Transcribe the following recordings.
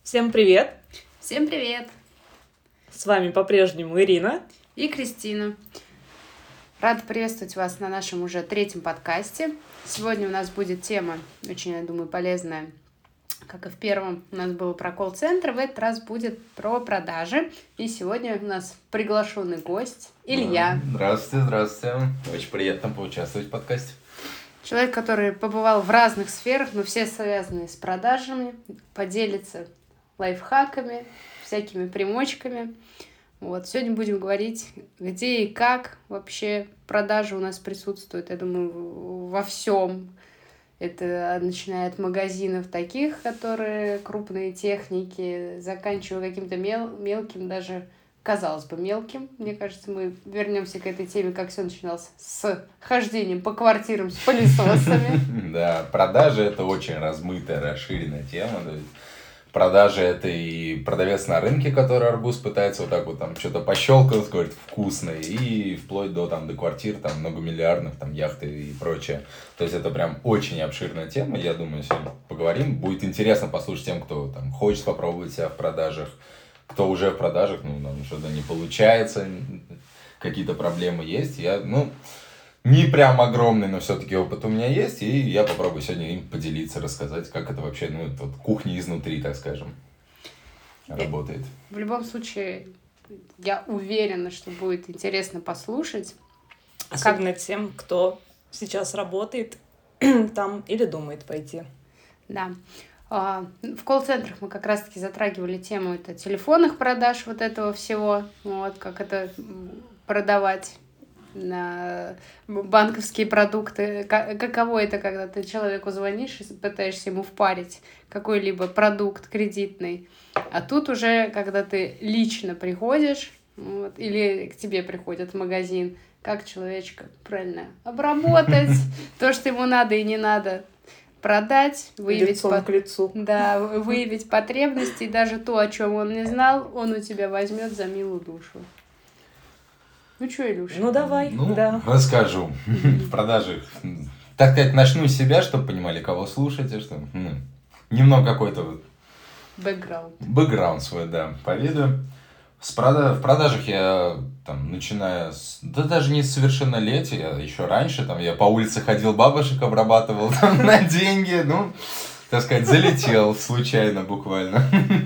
Всем привет! Всем привет! С вами по-прежнему Ирина и Кристина. Рада приветствовать вас на нашем уже третьем подкасте. Сегодня у нас будет тема очень, я думаю, полезная. Как и в первом у нас было про колл-центр, в этот раз будет про продажи. И сегодня у нас приглашенный гость Илья. Здравствуйте. Очень приятно поучаствовать в подкасте. Человек, который побывал в разных сферах, но все связанные с продажами, поделится лайфхаками, всякими примочками. Вот. Сегодня будем говорить, где и как вообще продажи у нас присутствуют. Я думаю, во всем. Это начиная от магазинов таких, которые крупные техники, заканчивая каким-то мелким, даже, казалось бы, мелким. Мне кажется, мы вернемся к этой теме, как все начиналось с хождением по квартирам с пылесосами. Да, продажи — это очень размытая, расширенная тема. Продажи — это и продавец на рынке, который арбуз пытается вот так вот там что-то пощелкать, говорит, вкусный, и вплоть до квартир, там, многомиллиардных, там, яхты и прочее. То есть это прям очень обширная тема. Я думаю, сегодня поговорим. Будет интересно послушать тем, кто там хочет попробовать себя в продажах, кто уже в продажах, там что-то не получается, какие-то проблемы есть. Не прям огромный, но все-таки опыт у меня есть, и я попробую сегодня им поделиться, рассказать, как это вообще, кухня изнутри, так скажем, работает. В любом случае, я уверена, что будет интересно послушать. Особенно тем, кто сейчас работает там или думает пойти. Да. В колл-центрах мы как раз-таки затрагивали тему телефонных продаж вот этого всего, как это продавать на банковские продукты. Каково это, когда ты человеку звонишь и пытаешься ему впарить какой-либо продукт кредитный. А тут уже, когда ты лично приходишь, или к тебе приходят в магазин, как человечка правильно обработать то, что ему надо и не надо, продать, выявить к лицу. Да, выявить потребности, и даже то, о чем он не знал, он у тебя возьмет за милую душу. Ну что, Илюша? Давай, да. Расскажу. В продажах, так сказать, начну с себя, чтобы понимали, кого слушаете, что немного какой-то бэкграунд свой, да, поведаю. В продажах я начиная даже не с совершеннолетия, еще раньше, я по улице ходил, бабушек обрабатывал на деньги, так сказать, залетел случайно буквально.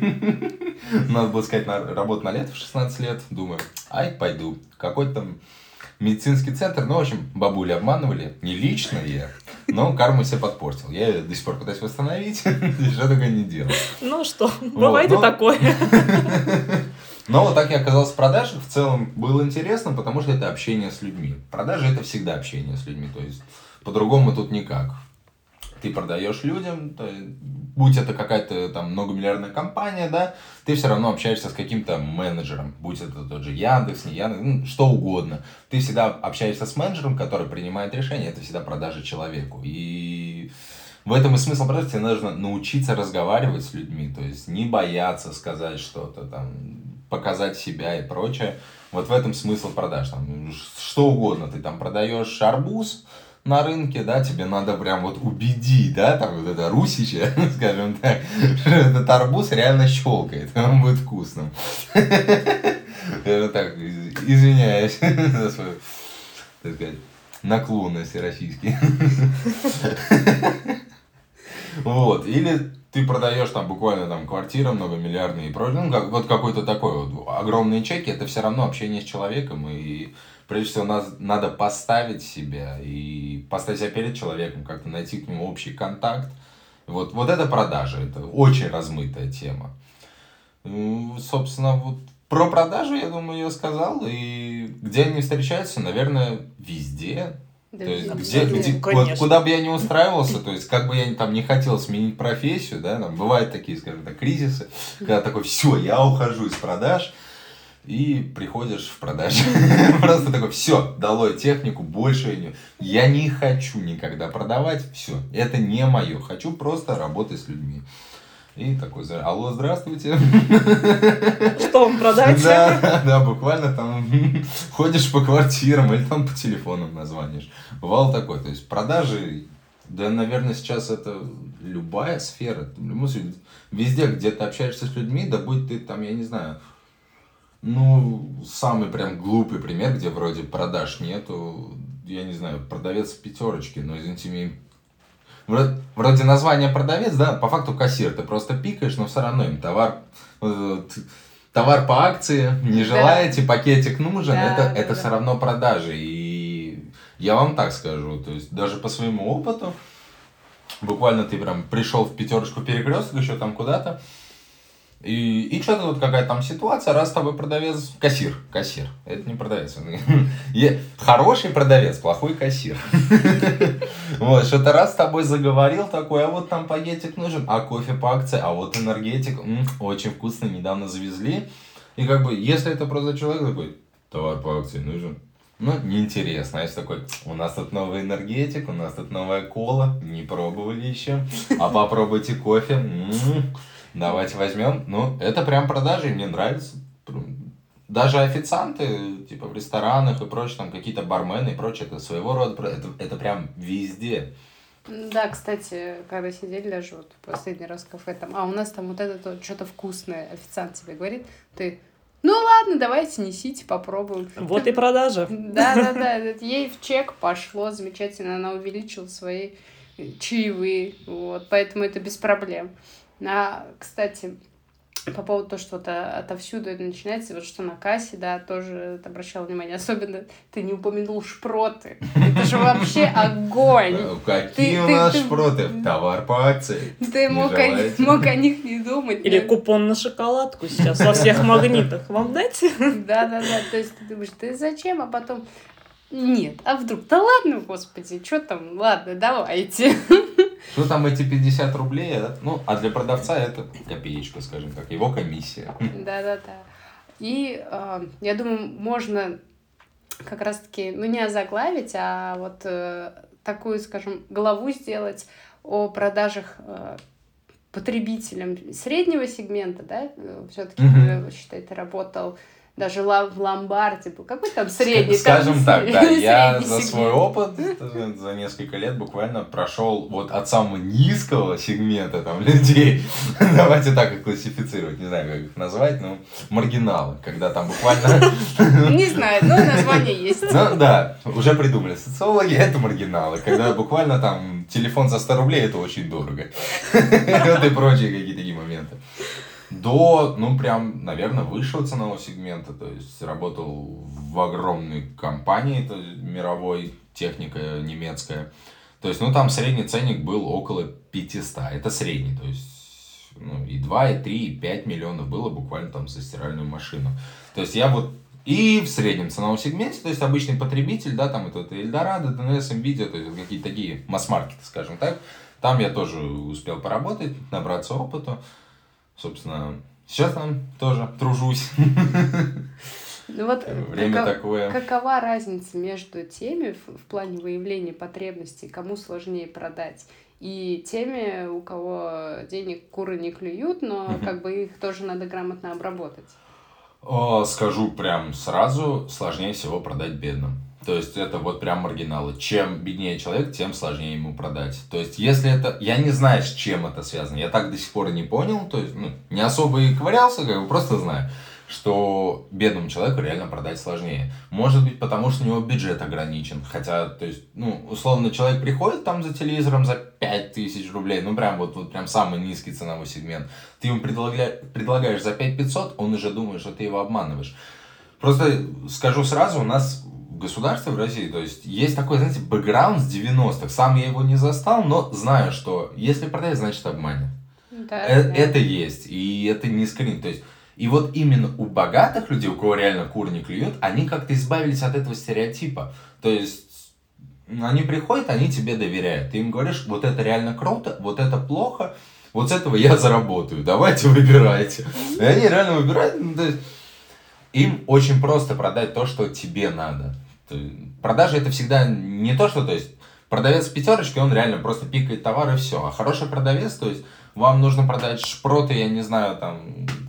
Надо было сказать, работу на лето в 16 лет. Думаю, пойду. Какой-то там медицинский центр. В общем, бабули обманывали. Не лично я, но карму себе подпортил. Я ее до сих пор пытаюсь восстановить. Что только не делал. Бывает и такое. Но вот так я оказался в продажах. В целом было интересно, потому что это общение с людьми. Продажи — это всегда общение с людьми. То есть по-другому тут никак. Ты продаешь людям, будь это какая-то многомиллиардная компания, да, ты все равно общаешься с каким-то менеджером, будь это тот же Яндекс, не Яндекс, что угодно. Ты всегда общаешься с менеджером, который принимает решение, это всегда продажа человеку. И в этом и смысл продажи, тебе нужно научиться разговаривать с людьми, то есть не бояться сказать что-то, показать себя и прочее. Вот в этом смысл продаж. Что угодно, ты продаешь арбуз на рынке, да, тебе надо прям убедить, да, это русича, скажем так, что этот арбуз реально щелкает, он будет вкусным. Так, извиняюсь за свою, так сказать, наклонность российские. Вот, или ты продаешь буквально квартиры многомиллиардные и прочее, какой-то такой огромные чеки, это все равно общение с человеком, и прежде всего надо поставить себя и поставить себя перед человеком, как-то найти к нему общий контакт. Вот это продажи, это очень размытая тема. Собственно, про продажи, я думаю, я сказал, и где они встречаются, наверное, везде. Да, то есть, куда бы я ни устраивался, то есть, как бы я не хотел сменить профессию, да, бывают такие, скажем так, кризисы, когда такой, все, я ухожу из продаж, и приходишь в продажи. Просто такой, все, долой технику, больше я не хочу никогда продавать, все, это не мое, хочу просто работать с людьми. И такой, алло, здравствуйте. Что вам продать? Да, буквально ходишь по квартирам или по телефонам названиваешь. Бывало такое, то есть продажи, да, наверное, сейчас это любая сфера, в любом случае, везде, где ты общаешься с людьми, да будь ты там, я не знаю, ну, самый прям глупый пример, где вроде продаж нету, я не знаю, продавец в пятерочке, но извините меня, вроде название продавец, да, по факту кассир, ты просто пикаешь, но все равно им товар по акции, не желаете, пакетик нужен, это все равно продажи. И я вам так скажу, то есть даже по своему опыту, буквально ты прям пришел в пятерочку перекресток, еще там куда-то, и что-то вот какая-то там ситуация, раз с тобой продавец, кассир, это не продавец, хороший продавец, плохой кассир. Вот, что-то раз с тобой заговорил такой, а вот там пакетик нужен, а кофе по акции, а вот энергетик, очень вкусный, недавно завезли. И как бы, если это просто человек такой, товар по акции нужен, ну, неинтересно. А если такой, у нас тут новый энергетик, у нас тут новая кола, не пробовали еще, а попробуйте кофе, давайте возьмем. Ну, это прям продажи, мне нравится. Даже официанты, типа в ресторанах и прочее, там какие-то бармены и прочее, это своего рода, это прям везде. Да, кстати, когда сидели даже вот в последний раз в кафе, там, у нас там вот это вот что-то вкусное, официант тебе говорит, ты, ну ладно, давайте несите, попробуем. Вот и продажа. Да, ей в чек пошло, замечательно, она увеличила свои чаевые, вот, поэтому это без проблем. Кстати, по поводу того, что отовсюду это начинается, вот что на кассе, да, тоже обращала внимание, особенно ты не упомянул шпроты. Это же вообще огонь. Какие у нас шпроты? Товар по акции. Ты мог о них не думать. Или купон на шоколадку сейчас во всех магнитах. Вам дать? Да. То есть ты думаешь, ты зачем? А потом, нет, а вдруг? Да ладно, господи, что там? Ладно, давайте. Что там эти 50 рублей, да? Ну, а для продавца это копеечка, скажем так, его комиссия. Да. И я думаю, можно как раз-таки, ну, не озаглавить, а вот такую, скажем, главу сделать о продажах потребителям среднего сегмента, да? Все-таки, считай, ты работал даже в ломбарде был. Какой там средний? Скажем так, да, я за свой опыт, за несколько лет буквально прошел вот от самого низкого сегмента там людей, давайте так их классифицировать, не знаю, как их назвать, но маргиналы, когда там буквально... Не знаю, но название есть. Ну да, уже придумали социологи, это маргиналы, когда буквально там телефон за 100 рублей, это очень дорого. Вот и прочие какие-то такие моменты. До, ну, прям, наверное, высшего ценового сегмента, то есть работал в огромной компании, то есть мировой, техника немецкая, то есть, ну, там средний ценник был около 500, это средний, то есть, ну, и 2, и 3, и 5 миллионов было буквально там за стиральную машину, то есть, я вот, и в среднем ценовом сегменте, то есть, обычный потребитель, да, там, это Эльдорадо, ДНС, Nvidia, то есть, какие-то такие масс-маркеты, скажем так, там я тоже успел поработать, набраться опыта. Собственно, сейчас там тоже тружусь. Ну вот время такое. Какова разница между теми в плане выявления потребностей, кому сложнее продать, и теми, у кого денег куры не клюют, но как бы их тоже надо грамотно обработать? Скажу прям сразу, сложнее всего продать бедным. То есть это вот прям маргиналы. Чем беднее человек, тем сложнее ему продать. То есть если это... Я не знаю, с чем это связано. Я так до сих пор и не понял. То есть не особо и ковырялся, как бы просто знаю, что бедному человеку реально продать сложнее. Может быть, потому что у него бюджет ограничен. Хотя, то есть, ну, условно, человек приходит там за телевизором за 5000 рублей. Ну, прям вот прям самый низкий ценовой сегмент. Ты ему предлагаешь за 5500, он уже думает, что ты его обманываешь. Просто скажу сразу, у нас... государстве в России, то есть есть такой, знаете, бэкграунд с 90-х. Сам я его не застал, но знаю, что если продать, значит обманет. Да, это есть, и это не скрин. То есть, и вот именно у богатых людей, у кого реально кур не клюют, они как-то избавились от этого стереотипа. То есть они приходят, они тебе доверяют. Ты им говоришь, вот это реально круто, вот это плохо, вот с этого я заработаю, давайте выбирайте. И они реально выбирают. То есть, им очень просто продать то, что тебе надо. Продажа это всегда не то, что, то есть, продавец в пятерочке, он реально просто пикает товар и все. А хороший продавец, то есть, вам нужно продать шпроты, я не знаю, там,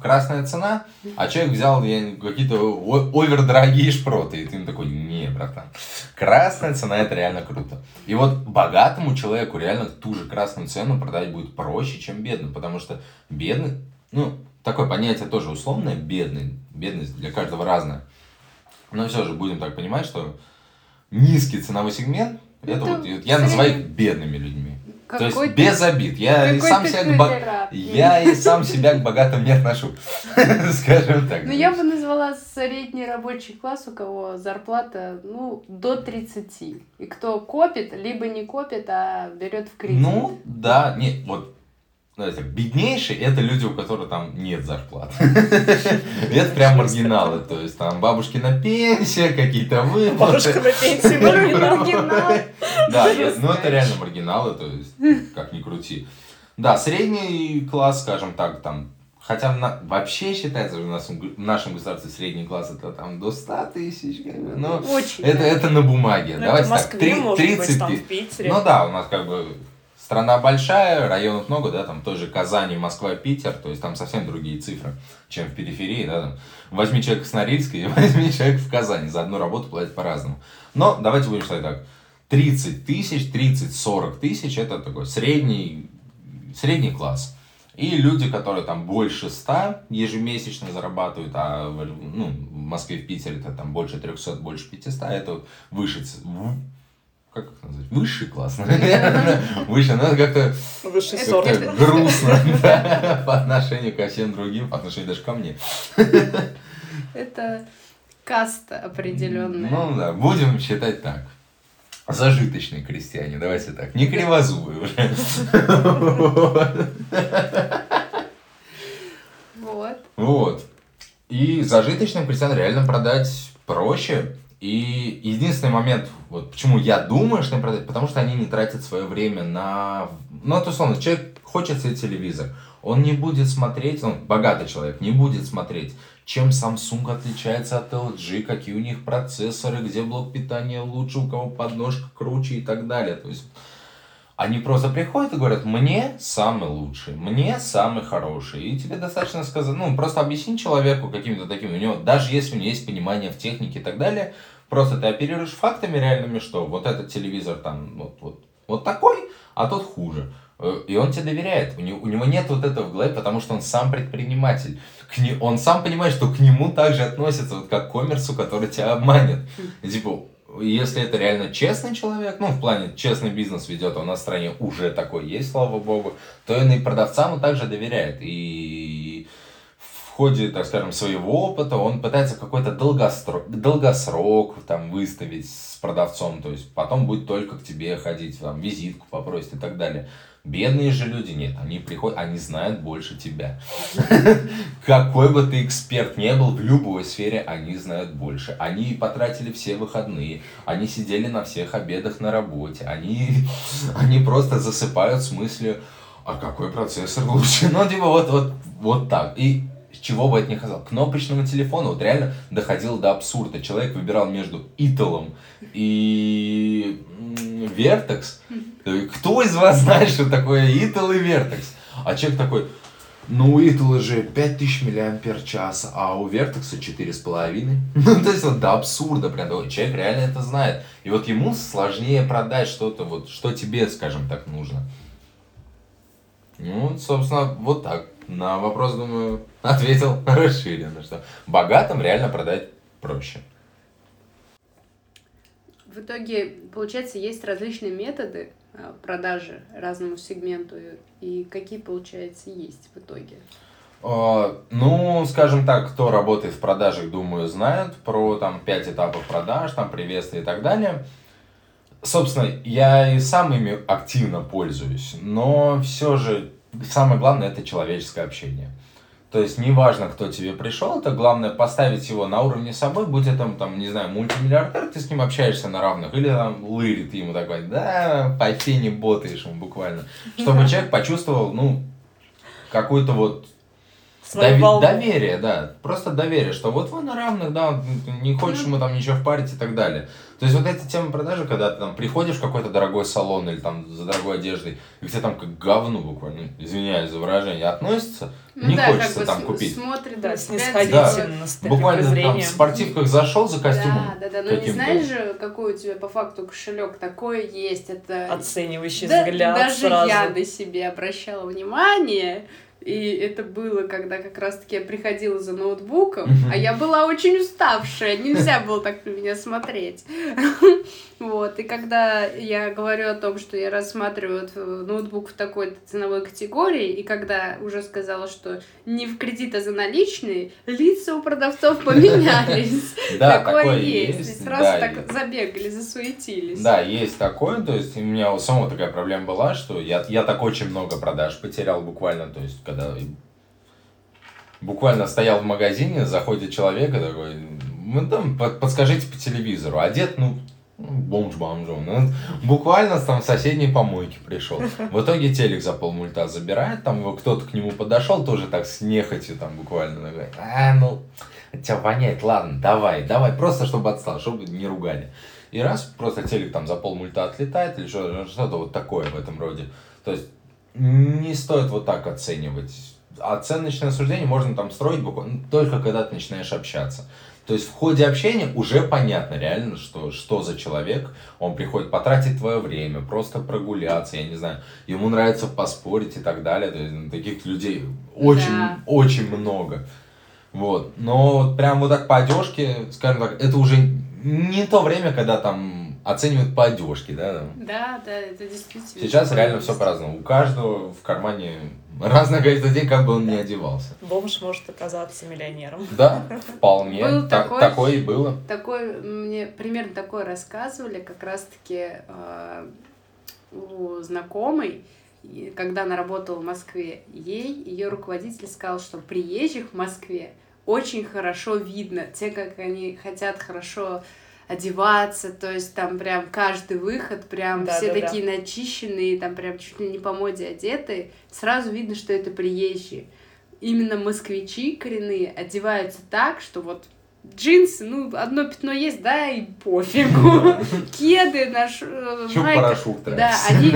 красная цена, а человек взял какие-то овердорогие шпроты, и ты ему такой, не, братан, красная цена это реально круто. И вот богатому человеку реально ту же красную цену продать будет проще, чем бедному, потому что бедный, ну, такое понятие тоже условное, бедность для каждого разная. Но все же будем так понимать, что низкий ценовой сегмент, это вот я называю их бедными людьми. То есть без обид. Я и сам себя к богатым не отношу. Скажем так. Ну, я бы назвала средний рабочий класс, у кого зарплата, ну, до 30. И кто копит, либо не копит, а берет в кредит. Ну, да, нет, вот. Беднейшие это люди, у которых там нет зарплаты. Это прям маргиналы. То есть там бабушкина пенсия, какие-то выплаты. Бабушка на пенсии, маргинал. Да, ну это реально маргиналы, то есть как ни крути. Да, средний класс, скажем так, там, хотя вообще считается, что в нашем государстве средний класс это там до 100 тысяч, но это на бумаге. Давайте так, 30 тысяч. Ну да, у нас как бы страна большая, районов много, да, там тоже Казань, Москва, Питер, то есть там совсем другие цифры, чем в периферии, да, там. Возьми человека с Норильска и возьми человека в Казани, за одну работу платят по-разному. Но давайте будем считать так, 30 тысяч, 30-40 тысяч, это такой средний класс. И люди, которые там больше 100 ежемесячно зарабатывают, а ну, в Москве, в Питере это там больше 300, больше 500, это вот выше, как это назвать? Высший класс, наверное. Выше, но это как-то высший сорт. Грустно, да, по отношению ко всем другим, по отношению даже ко мне. Это каста определенная. Ну да, будем считать так. Зажиточные крестьяне, давайте так, не кривозубые уже. Вот. И зажиточным крестьянам реально продать проще. И единственный момент, вот почему я думаю, что им продать, потому что они не тратят свое время на... Ну, это условно, человек хочет себе телевизор, он не будет смотреть, он богатый человек, не будет смотреть, чем Samsung отличается от LG, какие у них процессоры, где блок питания лучше, у кого подножка круче и так далее. То есть они просто приходят и говорят, мне самый лучший, мне самый хороший. И тебе достаточно сказать, ну, просто объясни человеку какими-то такими, у него, даже если у него есть понимание в технике и так далее, просто ты оперируешь фактами реальными, что вот этот телевизор там вот такой, а тот хуже. И он тебе доверяет. У него нет вот этого в голове, потому что он сам предприниматель. Он сам понимает, что к нему также относятся, вот как к коммерсу, который тебя обманет. Типа, если это реально честный человек, ну, в плане честный бизнес ведет, а у нас в стране уже такой есть, слава богу, то он и продавцам также доверяет. И в ходе, так скажем, своего опыта он пытается какой-то долгосрок там выставить с продавцом, то есть потом будет только к тебе ходить, там, визитку попросить и так далее. Бедные же люди, нет, они приходят, они знают больше тебя. Какой бы ты эксперт не был в любой сфере, они знают больше. Они потратили все выходные, они сидели на всех обедах на работе, они просто засыпают с мыслью, а какой процессор лучше? Ну, типа вот так. И с чего бы это ни казалось? Кнопочного телефона вот реально доходило до абсурда. Человек выбирал между Intel и Vertex. Кто из вас знает, что такое Intel и Vertex? А человек такой, ну, у Intel же 5000 мАч, а у Vertex 4,5. Ну, то есть вот до абсурда прям. Человек реально это знает. И вот ему сложнее продать что-то, вот, что тебе, скажем так, нужно. Ну, собственно, вот так. На вопрос, думаю, ответил расширенно, что богатым реально продать проще. В итоге, получается, есть различные методы продажи разному сегменту. И какие, получается, есть в итоге? Ну, скажем так, кто работает в продажах, думаю, знают про там 5 этапов продаж, там приветствия и так далее. Собственно, я и сам ими активно пользуюсь, но все же самое главное это человеческое общение. То есть неважно, кто тебе пришел, это главное поставить его на уровне собой, будь это там, не знаю, мультимиллиардер, ты с ним общаешься на равных, или там лыри, ты ему такой, да, по фене ботаешь ему буквально, чтобы человек почувствовал, ну, какую-то вот свою волну. Доверие, да. Просто доверие, что вот вы на равных, да, не хочешь ему там ничего впарить и так далее. То есть вот эти темы продажи, когда ты там приходишь в какой-то дорогой салон или там за дорогой одеждой, и к тебе там как к говну буквально, извиняюсь за выражение, относятся, не да, хочется как бы там купить. Смотрит Да, на тебя, снисходительно, с таким Буквально там презрением. в спортивках зашел за костюмом. Да. Но не знаешь же, какой у тебя по факту кошелек, такое есть. Это Оценивающий да, взгляд даже сразу. я на себе обращала внимание. И это было, когда как раз-таки я приходила за ноутбуком, а я была очень уставшая, нельзя было так на меня смотреть. Вот, и когда я говорю о том, что я рассматриваю ноутбук в такой ценовой категории, и когда уже сказала, что не в кредит, а за наличные, лица у продавцов поменялись. Да, Такое есть. И сразу да, так забегали, засуетились. Да, есть такое, то есть у меня у самого такая проблема была, что я так очень много продаж потерял буквально, то есть когда буквально стоял в магазине, заходит человек и такой, ну там, подскажите по телевизору, одет, бомж-бомжом, буквально там в соседней помойке пришел. В итоге телек за полмульта забирает, там кто-то к нему подошел, тоже так с нехотью там буквально, такой, тебя воняет, ладно, давай, просто чтобы отстал, чтобы не ругали. И раз просто телек там за полмульта отлетает или что-то вот такое в этом роде. То есть не стоит вот так оценивать. Оценочное суждение можно там строить буквально только когда ты начинаешь общаться. То есть в ходе общения уже понятно реально, что за человек. Он приходит потратить твое время, просто прогуляться, я не знаю, ему нравится поспорить и так далее. То есть таких людей очень много. Вот. Но вот прям вот так по одежке, скажем так, это уже не то время, когда там оценивают по одежке, да? Да, это действительно. Сейчас реально все по-разному. У каждого в кармане разное количество денег, как бы он ни одевался. Бомж может оказаться миллионером. Да, вполне. Был такое и было. Мне примерно такое рассказывали как раз-таки у знакомой, когда она работала в Москве. Ее руководитель сказал, что приезжих в Москве очень хорошо видно. Те, как они хотят хорошо одеваться, то есть там прям каждый выход, прям все такие начищенные, там прям чуть ли не по моде одетые, сразу видно, что это приезжие. Именно москвичи коренные одеваются так, что вот джинсы, одно пятно есть, да, и пофигу. Кеды, майка. Да,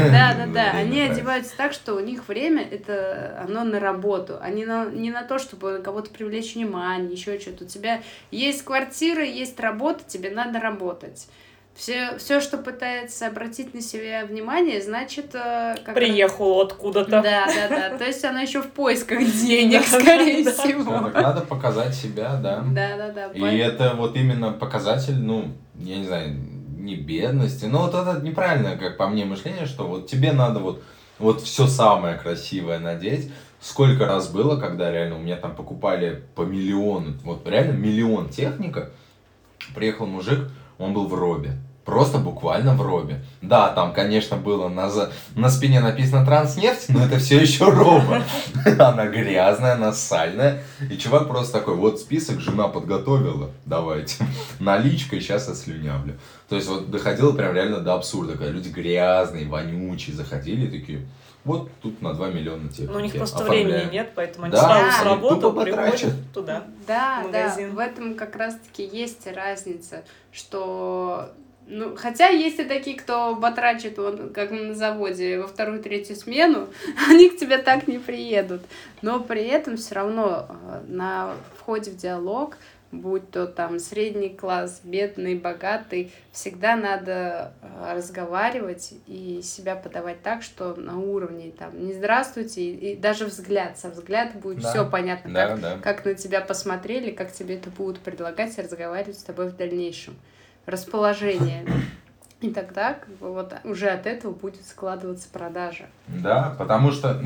они одеваются так, что у них время, это оно на работу, а не на то, чтобы кого-то привлечь внимание, еще что-то. У тебя есть квартира, есть работа, тебе надо работать. Все, что пытается обратить на себя внимание, значит... Приехал откуда-то. Да. То есть она еще в поисках денег, скорее всего. Надо показать себя, да. Да. И это вот именно показатель, я не знаю, не бедности, но вот это неправильное, как по мне, мышление, что вот тебе надо вот все самое красивое надеть. Сколько раз было, когда реально у меня там покупали по миллиону, вот реально миллион техника, приехал мужик, он был в робе. Просто буквально в робе. Да, там, конечно, было на спине написано «Транснефть», но это все еще роба. Она грязная, она сальная. И чувак просто такой, вот список жена подготовила, давайте. Наличка, и сейчас отслюнявлю. То есть вот доходило прям реально до абсурда, когда люди грязные, вонючие заходили такие... Вот тут на 2 миллиона техники. У них просто времени нет, поэтому они да, сразу с работы тупо приходят туда. Да, в этом как раз-таки есть разница, что... хотя есть и такие, кто батрачит, как на заводе, во 2-3 смену, они к тебе так не приедут. Но при этом все равно на входе в диалог, будь то там средний класс, бедный, богатый, всегда надо разговаривать и себя подавать так, что на уровне там не здравствуйте, и даже со взгляда будет все понятно, как на тебя посмотрели, как тебе это будут предлагать и разговаривать с тобой в дальнейшем. Расположение. И тогда вот уже от этого будет складываться продажа. Да, потому что,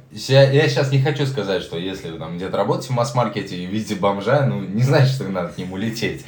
я сейчас не хочу сказать, что если вы там где-то работаете в масс-маркете и видите бомжа, не значит, что надо к нему лететь.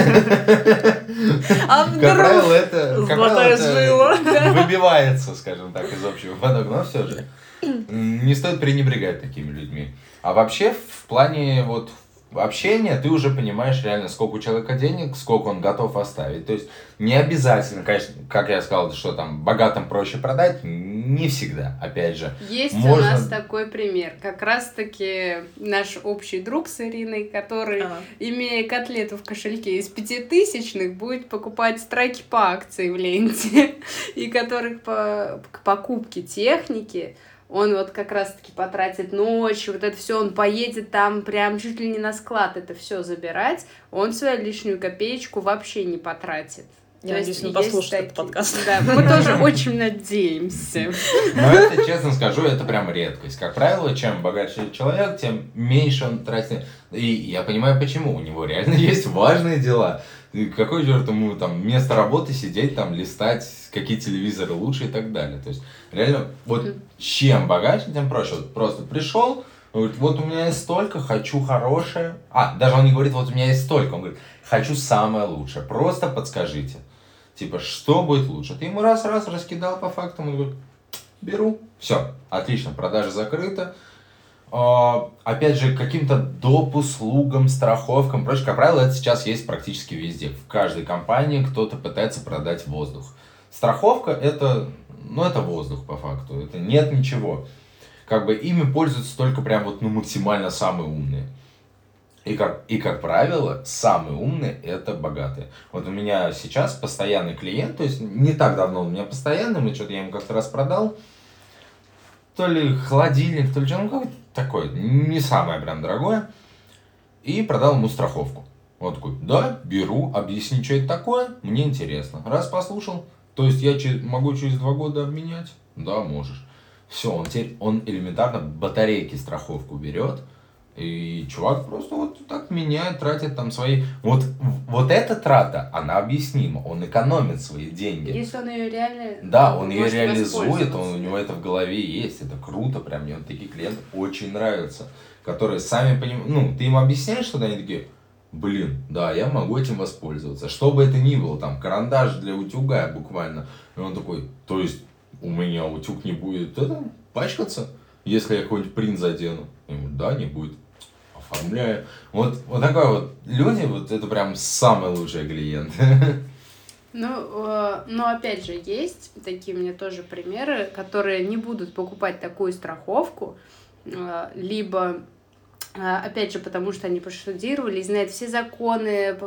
Как правило, это выбивается, скажем так, из общего потока, но все же не стоит пренебрегать такими людьми. А вообще в плане общения ты уже понимаешь реально, сколько у человека денег, сколько он готов оставить. То есть не обязательно, конечно, как я сказал, что там богатым проще продать. не всегда, опять же. Есть можно... у нас такой пример. Как раз-таки наш общий друг с Ириной, который, имея котлету в кошельке из 5000, будет покупать страйки по акции в ленте, и который к покупке техники он вот как раз-таки потратит ночь, вот это все, он поедет там прям чуть ли не на склад это все забирать, он свою лишнюю копеечку вообще не потратит. Я надеюсь, он послушает этот подкаст. Да, мы тоже очень надеемся. Но это, честно скажу, это прям редкость. Как правило, чем богаче человек, тем меньше он тратит. И я понимаю, почему. У него реально есть важные дела. И какой черт ему там вместо работы сидеть, там, листать, какие телевизоры лучше и так далее. То есть, реально, вот чем богаче, тем проще. Вот просто пришел, говорит, вот у меня есть столько, хочу хорошее. Даже он не говорит, вот у меня есть столько. Он говорит, хочу самое лучшее. Просто подскажите. Типа, что будет лучше? Ты ему раз раскидал по фактам, он говорит, беру. Все, отлично, продажа закрыта. Опять же, каким-то доп. Услугам, страховкам, прочее, как правило, это сейчас есть практически везде. В каждой компании кто-то пытается продать воздух. Страховка это воздух по факту, это нет ничего. Как бы ими пользуются только прям вот максимально самые умные. И как правило, самые умные это богатые. Вот у меня сейчас постоянный клиент, то есть не так давно он у меня постоянный, я ему как-то раз продал. То ли холодильник, то ли что, какое-то такое, не самое прям дорогое. И продал ему страховку. Вот такой, да, беру, объясни, что это такое, мне интересно. Раз послушал, то есть я могу через 2 года обменять? Да, можешь. Все, он элементарно батарейки страховку берет. И чувак просто вот так меняет, тратит там свои... Вот эта трата, она объяснима. Он экономит свои деньги. Если он ее реально... Да, он ее реализует, у него это в голове есть. Это круто, прям мне вот такие клиенты очень нравятся. Которые сами понимают... ты им объясняешь что-то, они такие... Да, я могу этим воспользоваться. Что бы это ни было, там, карандаш для утюга буквально. И он такой, то есть у меня утюг не будет пачкаться, если я какой-нибудь принт задену? Я говорю, да, не будет. Оформляю. Вот такой вот люди, вот это прям самые лучшие клиенты. Но опять же, есть такие у меня тоже примеры, которые не будут покупать такую страховку, либо, опять же, потому что они проштудировали и знают все законы о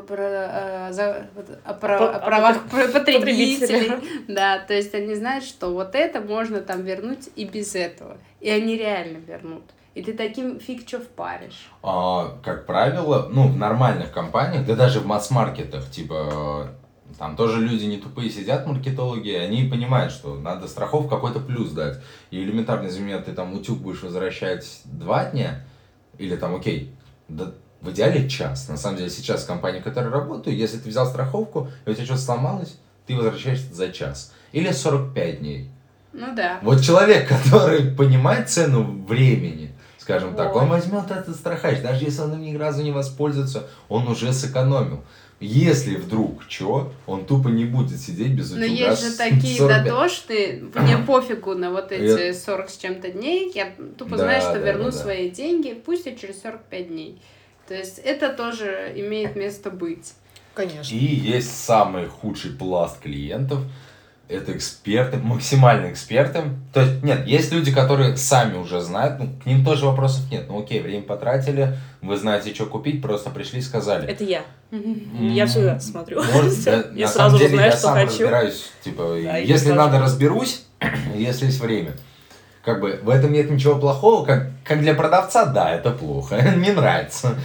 правах потребителей. Да, то есть они знают, что вот это можно там вернуть и без этого. И они реально вернут. И ты таким фиг что впаришь. Как правило, в нормальных компаниях, да даже в масс-маркетах, типа, там тоже люди не тупые сидят, маркетологи, они понимают, что надо страховку какой-то плюс дать. И элементарно, из-за меня ты там утюг будешь возвращать 2 дня, или там, окей, да, в идеале час. На самом деле, сейчас в компании, в которой работаю, если ты взял страховку, и у тебя что-то сломалось, ты возвращаешься за час. Или 45 дней. Ну да. Вот человек, который понимает цену времени, скажем так, он возьмет этот страхач, даже если он им ни разу не воспользуется, он уже сэкономил. Если вдруг он тупо не будет сидеть без утюга. Но есть же такие дотошные, мне пофигу на вот эти 40 с чем-то дней, я тупо знаю, что верну свои деньги, пусть и через 45 дней. То есть это тоже имеет место быть. Конечно. И есть самый худший пласт клиентов. Это эксперты, максимально эксперты. То есть, нет, есть люди, которые сами уже знают, к ним тоже вопросов нет. Окей, время потратили, вы знаете, что купить, просто пришли и сказали. Это я. Я всегда смотрю. Я сразу знаю, что хочу. Разбираюсь, если надо, разберусь, если есть время. Как бы в этом нет ничего плохого, как для продавца, да, это плохо, не нравится,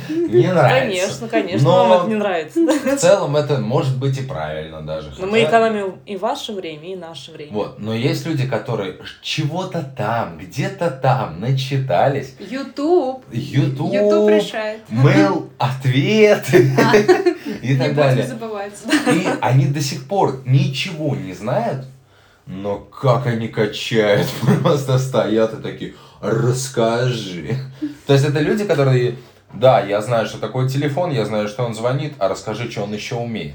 Конечно, но вам это не нравится. В целом это может быть и правильно даже. Но мы экономим и ваше время, и наше время. Вот, но есть люди, которые чего-то там, где-то там начитались. YouTube решает. Mail, ответы и так далее. Не забывать. И они до сих пор ничего не знают. Но как они качают, просто стоят и такие, расскажи. То есть это люди, которые, да, я знаю, что такое телефон, я знаю, что он звонит, а расскажи, что он еще умеет.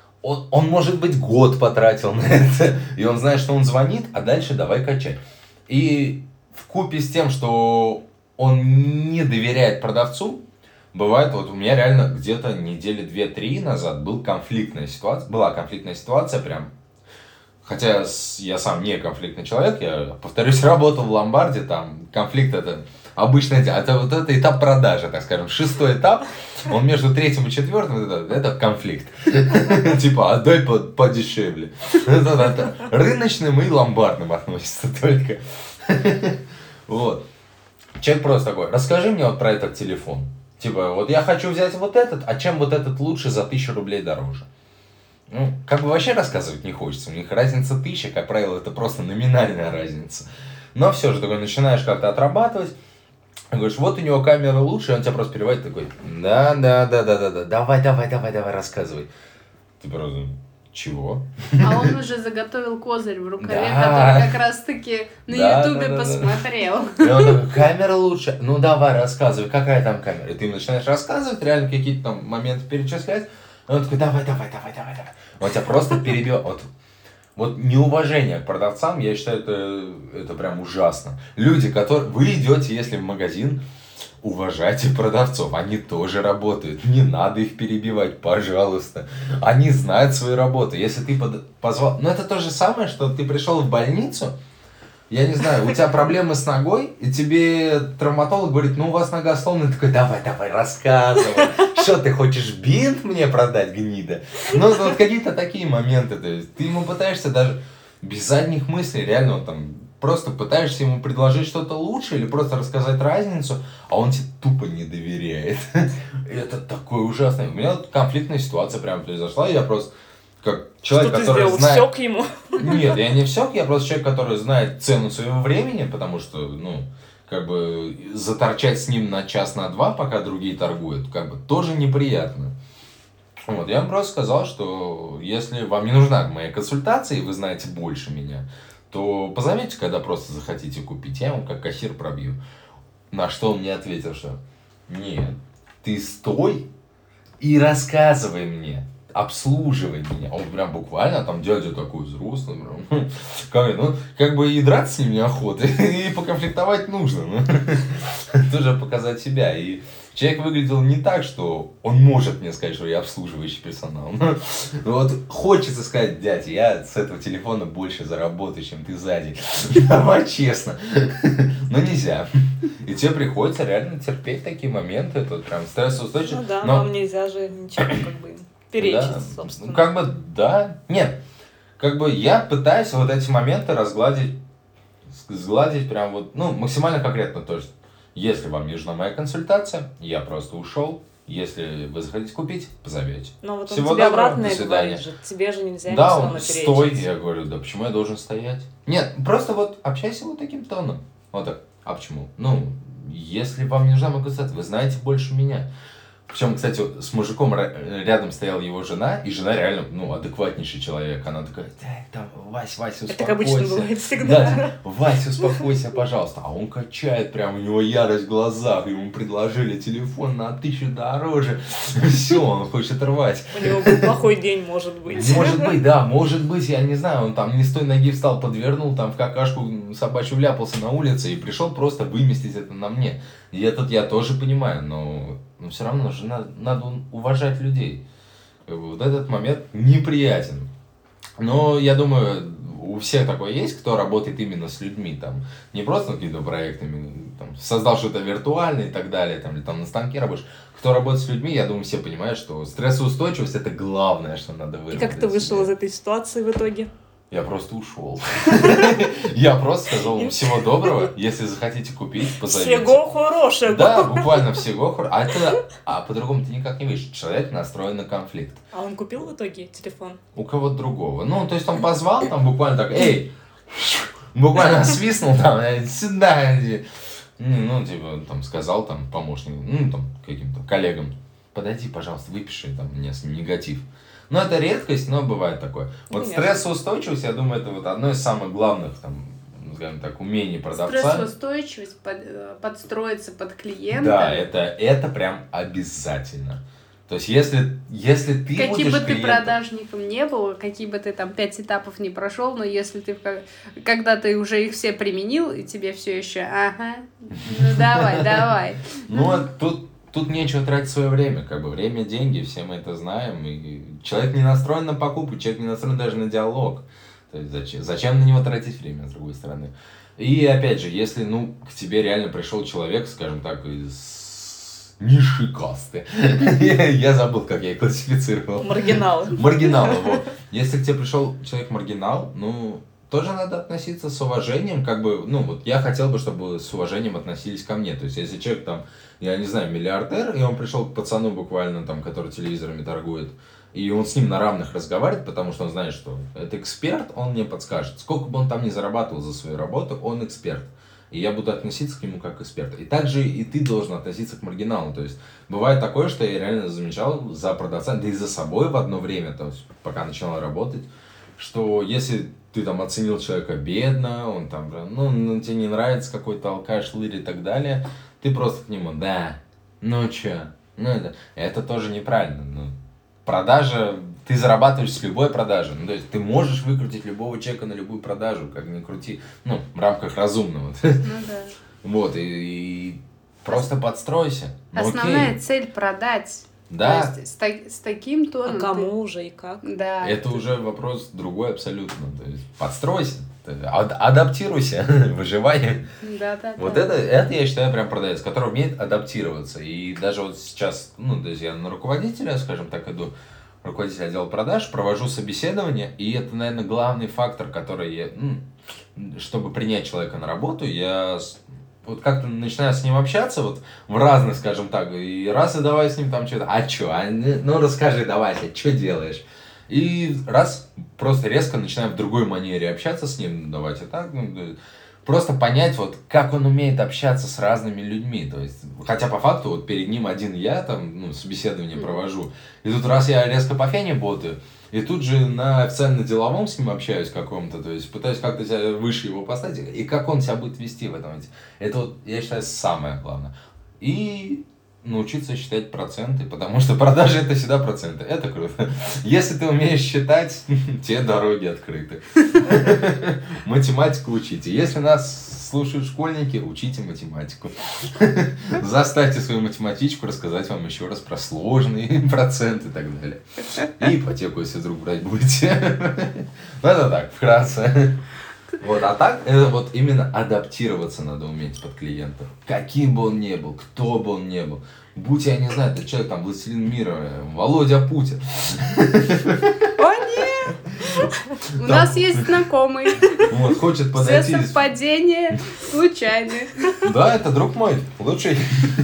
Он может быть, год потратил на это, и он знает, что он звонит, а дальше давай качать. И вкупе с тем, что он не доверяет продавцу, бывает, вот у меня реально где-то недели 2-3 назад была конфликтная ситуация прям. хотя я сам не конфликтный человек, я, повторюсь, работал в ломбарде, там конфликт это обычное дело. Это вот это этап продажи, так скажем. 6-й этап, он между 3-м и 4-м, это конфликт. Типа, отдай подешевле. Это рыночным и ломбардным относится только. Вот. Человек просто такой, расскажи мне вот про этот телефон. Типа, вот я хочу взять вот этот, а чем вот этот лучше за 1000 рублей дороже? Ну, как бы вообще рассказывать не хочется. У них разница 1000, как правило, это просто номинальная разница. Но все же такой начинаешь как-то отрабатывать. Говоришь, вот у него камера лучше, и он тебя просто переводит такой, да, давай, рассказывай. Ты просто, чего? А он уже заготовил козырь в рукаве, Да. который как раз-таки на Ютубе посмотрел. И он такой, камера лучше, ну давай, рассказывай, какая там камера. И ты ему начинаешь рассказывать, реально какие-то там моменты перечислять. И он такой, давай. Он тебя просто перебил. Вот неуважение к продавцам, я считаю, это прям ужасно. Люди, которые... Вы идете, если в магазин, уважайте продавцов. Они тоже работают. Не надо их перебивать, пожалуйста. Они знают свою работу. Если ты позвал... Ну, это то же самое, что ты пришел в больницу, я не знаю, у тебя проблемы с ногой, и тебе травматолог говорит, ну, у вас нога сломана. Ты такой, давай, рассказывай. Что, ты хочешь бинт мне продать, гнида? Ну, вот какие-то такие моменты. То есть ты ему пытаешься даже без задних мыслей, реально, вот, там, просто пытаешься ему предложить что-то лучше или просто рассказать разницу, а он тебе тупо не доверяет. Это такое ужасное. У меня вот конфликтная ситуация прям произошла, и я просто... Как человек, что ты который сделал? знает... Всёк ему? Нет, я не всёк, я просто человек, который знает цену своего времени, потому что, ну, как бы заторчать с ним на час, на два, пока другие торгуют, как бы тоже неприятно. Вот, я вам просто сказал, что если вам не нужна моя консультация, и вы знаете больше меня, то позовите, когда просто захотите купить, я вам как кассир пробью. На что он мне ответил, что нет, ты стой и рассказывай мне. Обслуживай меня. Он прям буквально, там дядя такой взрослый, прям, как бы и драться с ним неохота, и поконфликтовать нужно. Тоже показать себя. И человек выглядел не так, что он может мне сказать, что я обслуживающий персонал. Вот хочется сказать, дядя, я с этого телефона больше заработаю, чем ты сзади. Давай честно. Но нельзя. И тебе приходится реально терпеть такие моменты. Это прям стрессоустойчиво. Ну да, но вам нельзя же ничего как бы перечить, да, собственно. ну, как бы, да. Нет, как бы я пытаюсь вот эти моменты сгладить прям вот, ну, максимально конкретно. То есть, если вам нужна моя консультация, я просто ушел. Если вы захотите купить, позовете. Но вот он Всего тебе доброго, обратное до свидания. говорит же. Тебе же нельзя Да, ничего он наперечить. стой. Я говорю, да почему я должен стоять? Нет, просто вот общайся вот таким тоном. Вот так. А почему? Ну, если вам не нужна моя консультация, вы знаете больше меня. Причем, кстати, вот с мужиком рядом стояла его жена, и жена реально, ну, адекватнейший человек. Она такая, там, Вася, успокойся. Это как обычно бывает всегда. Да, Вася, успокойся, пожалуйста. А он качает, прям у него ярость в глазах. Ему предложили телефон на 1000 дороже. Все, он хочет рвать. У него был плохой день, может быть. Может быть, да, может быть, я не знаю. Он там не с той ноги встал, подвернул, там в какашку собачью вляпался на улице и пришел просто выместить это на мне. И этот я тоже понимаю, но все равно же надо уважать людей. Вот этот момент неприятен. Но я думаю, у всех такое есть, кто работает именно с людьми, там, не просто над какими-то проектами, там, создал что-то виртуальное и так далее, там, или там на станке работаешь. Кто работает с людьми, я думаю, все понимают, что стрессоустойчивость это главное, что надо выработать. И как ты вышел из этой ситуации в итоге? Я просто ушел. Я просто сказал вам всего доброго, если захотите купить, позовите. Всего хорошего. Да, буквально всего хорошего. А по-другому ты никак не выйдешь. Человек настроен на конфликт. А он купил в итоге телефон? У кого-то другого. Ну, то есть он позвал, там буквально так, эй, буквально свистнул там, сюда иди. Ну, типа, там, сказал там помощнику, ну, там, каким-то коллегам, подойди, пожалуйста, выпиши там мне с ним негатив. Но это редкость, но бывает такое. Вот стрессоустойчивость, я думаю, это вот одно из самых главных, там, скажем так, умений продавца. Стрессоустойчивость, подстроиться под клиента. Да, это прям обязательно. То есть, если ты каким бы ты клиентом... продажником не был, какие бы ты там 5 этапов не прошел, но если ты когда ты уже их все применил, и тебе все еще, ага, ну давай. Ну, тут нечего тратить свое время, как бы время, деньги, все мы это знаем, и человек не настроен на покупку, человек не настроен даже на диалог. То есть зачем на него тратить время, с другой стороны? И опять же, если, к тебе реально пришел человек, скажем так, из низшей касты. Я забыл, как я их классифицировал. Маргиналы. Маргиналы, вот. Если к тебе пришел человек-маргинал, тоже надо относиться с уважением, я хотел бы, чтобы с уважением относились ко мне. То есть, если человек там, я не знаю, миллиардер, и он пришел к пацану буквально там, который телевизорами торгует, и он с ним на равных разговаривает, потому что он знает, что это эксперт, он мне подскажет. Сколько бы он там ни зарабатывал за свою работу, он эксперт. И я буду относиться к нему как эксперт. И также и ты должен относиться к маргиналу. То есть, бывает такое, что я реально замечал за продавцами, да и за собой в одно время, то есть, пока начинал работать, что если ты там оценил человека бедно, он там, тебе не нравится какой-то алкаш, лырь и так далее, ты просто к нему, это тоже неправильно. Продажа, ты зарабатываешь с любой продажи. То есть ты можешь выкрутить любого человека на любую продажу, как ни крути, в рамках разумного. Да. Вот, и просто подстройся. Основная цель продать. Да. То есть с таким тоном. А кому уже и как? Да. Это уже вопрос другой абсолютно. То есть подстройся, адаптируйся, выживай. Да. Вот это я считаю прям продавец, который умеет адаптироваться. И даже вот сейчас, то есть я на руководителя, скажем так, иду, руководитель отдела продаж, провожу собеседование, и это, наверное, главный фактор, который я, чтобы принять человека на работу, я вот как-то начинаю с ним общаться, вот в разных, скажем так, и давай с ним там что-то, расскажи, давай, что делаешь? И просто резко начинаем в другой манере общаться с ним, давайте так, просто понять, вот как он умеет общаться с разными людьми, то есть, хотя по факту вот перед ним один я там, собеседование провожу, и тут раз я резко по фене ботаю, и тут же на официально-деловом с ним общаюсь каком-то, то есть пытаюсь как-то себя выше его поставить, и как он себя будет вести в этом. Это вот, я считаю, самое главное. И научиться считать проценты, потому что продажи это всегда проценты. Это круто. Если ты умеешь считать, те дороги открыты. Математику учите. Если нас слушают школьники, учите математику. Заставьте свою математичку рассказать вам еще раз про сложные проценты и так далее. И ипотеку, если вдруг брать будете. Это так, вкратце. Вот, а так, это вот именно адаптироваться надо уметь под клиента. Каким бы он ни был, кто бы он ни был. Будь, я не знаю, это человек там, властелин мира, Володя Путин. О, нет! У нас есть знакомый. Вот, хочет подойти. Все совпадения случайные. Да, это друг мой, лучший.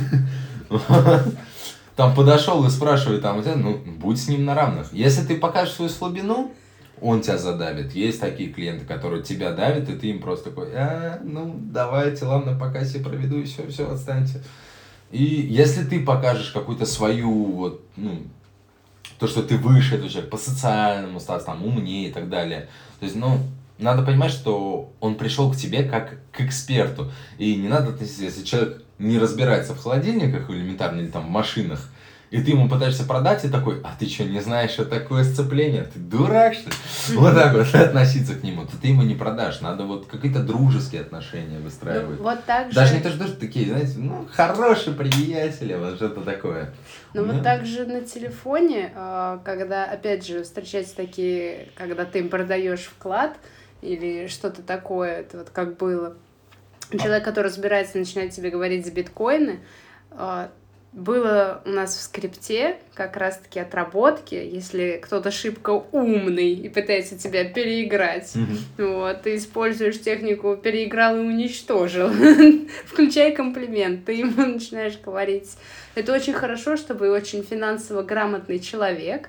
Там подошел и спрашивает, будь с ним на равных. Если ты покажешь свою слабину, он тебя задавит. Есть такие клиенты, которые тебя давят, и ты им просто такой, давайте, ладно, пока себе проведу, и все, отстаньте. И если ты покажешь какую-то свою, то, что ты выше этого человека, по социальному статусу, умнее и так далее. То есть, надо понимать, что он пришел к тебе как к эксперту. И не надо относиться, если человек не разбирается в холодильниках элементарно, или там в машинах, и ты ему пытаешься продать, и такой, а ты что, не знаешь, что такое сцепление? Ты дурак, что ли? Вот так вот относиться к нему. Ты ему не продашь. Надо вот какие-то дружеские отношения выстраивать. Вот так же... Даже не то, что такие, знаете, хорошие приятели, вот что-то такое. Вот так же на телефоне, когда, опять же, встречаются такие, когда ты им продаешь вклад или что-то такое, это вот как было. Человек, который разбирается, начинает тебе говорить за биткоины. Было у нас в скрипте как раз-таки отработки, если кто-то шибко умный и пытается тебя переиграть. Ты используешь технику «переиграл и уничтожил». Включай комплимент, ты ему начинаешь говорить. Это очень хорошо, чтобы очень финансово грамотный человек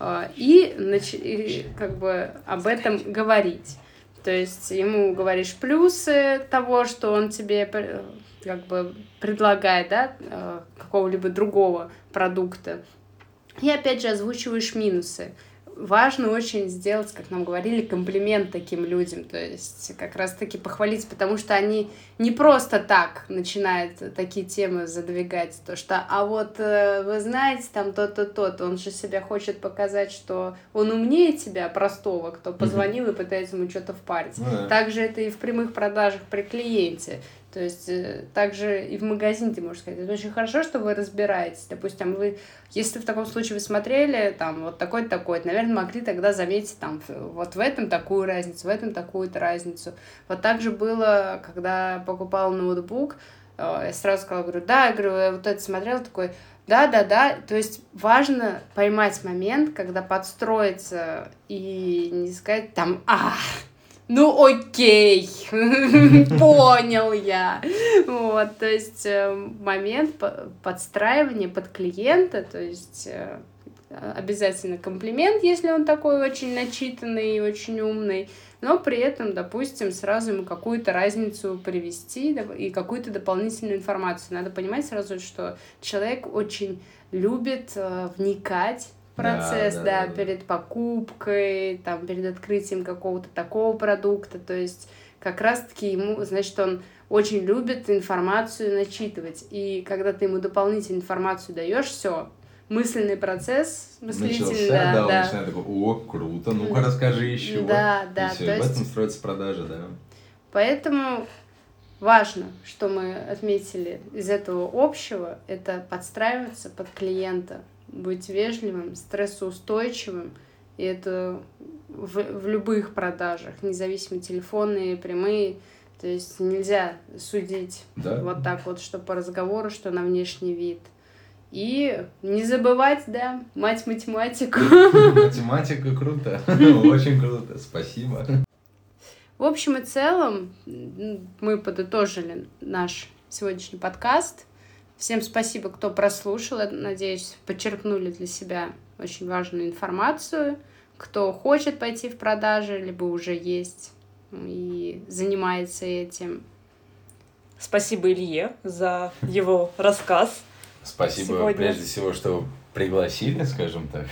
и как бы об этом говорить. То есть ему говоришь плюсы того, что он тебе как бы предлагает, какого-либо другого продукта. И опять же озвучиваешь минусы. Важно очень сделать, как нам говорили, комплимент таким людям, то есть как раз-таки похвалить, потому что они не просто так начинают такие темы задвигать, то что, вы знаете, там то-то, то-то, он же себя хочет показать, что он умнее тебя, простого, кто позвонил и пытается ему что-то впарить. Также это и в прямых продажах при клиенте. То есть также и в магазине ты можешь сказать, это очень хорошо, что вы разбираетесь. Допустим, если в таком случае вы смотрели, там, вот такой-то, такой-то, наверное, могли тогда заметить, там, вот в этом такую разницу, в этом такую-то разницу. Вот так же было, когда покупала ноутбук, я сразу сказала, говорю, да, я говорю, я вот это смотрела, такой, да. То есть важно поймать момент, когда подстроиться и не сказать там, ну окей, понял я. Вот, то есть момент подстраивания под клиента, то есть обязательно комплимент, если он такой очень начитанный и очень умный, но при этом, допустим, сразу ему какую-то разницу привести и какую-то дополнительную информацию. Надо понимать сразу, что человек очень любит вникать процесс, да, перед покупкой, там, перед открытием какого-то такого продукта, то есть как раз-таки ему, значит, он очень любит информацию начитывать, и когда ты ему дополнительную информацию даешь, все, мысленный процесс, мыслительный, начался, он начинает такой, о, круто, ну-ка расскажи еще. Да. И все, то и в этом есть строится продажа, да. Поэтому важно, что мы отметили из этого общего, это подстраиваться под клиента, быть вежливым, стрессоустойчивым, и это в любых продажах, независимо телефонные, прямые, то есть нельзя судить вот так вот, что по разговору, что на внешний вид. И не забывать, да, математику. Математика круто, очень круто, спасибо. В общем и целом, мы подытожили наш сегодняшний подкаст. Всем спасибо, кто прослушал. Надеюсь, подчеркнули для себя очень важную информацию. Кто хочет пойти в продажи, либо уже есть и занимается этим. Спасибо Илье за его рассказ. Спасибо сегодня. Прежде всего, что пригласили, скажем так.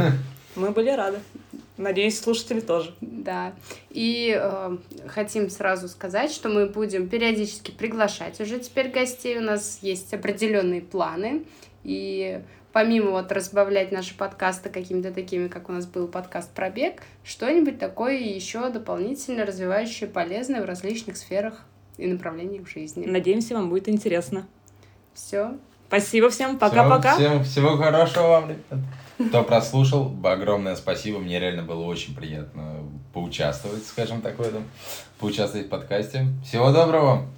Мы были рады. Надеюсь, слушатели тоже. Да. И хотим сразу сказать, что мы будем периодически приглашать уже теперь гостей. У нас есть определенные планы. И помимо вот разбавлять наши подкасты какими-то такими, как у нас был подкаст про бег, что-нибудь такое еще дополнительно развивающее, полезное в различных сферах и направлениях жизни. Надеемся, вам будет интересно. Все. Спасибо всем. Пока-пока. Всего хорошего вам, ребят. Кто прослушал, огромное спасибо. Мне реально было очень приятно поучаствовать, скажем так, в этом. Поучаствовать в подкасте. Всего доброго.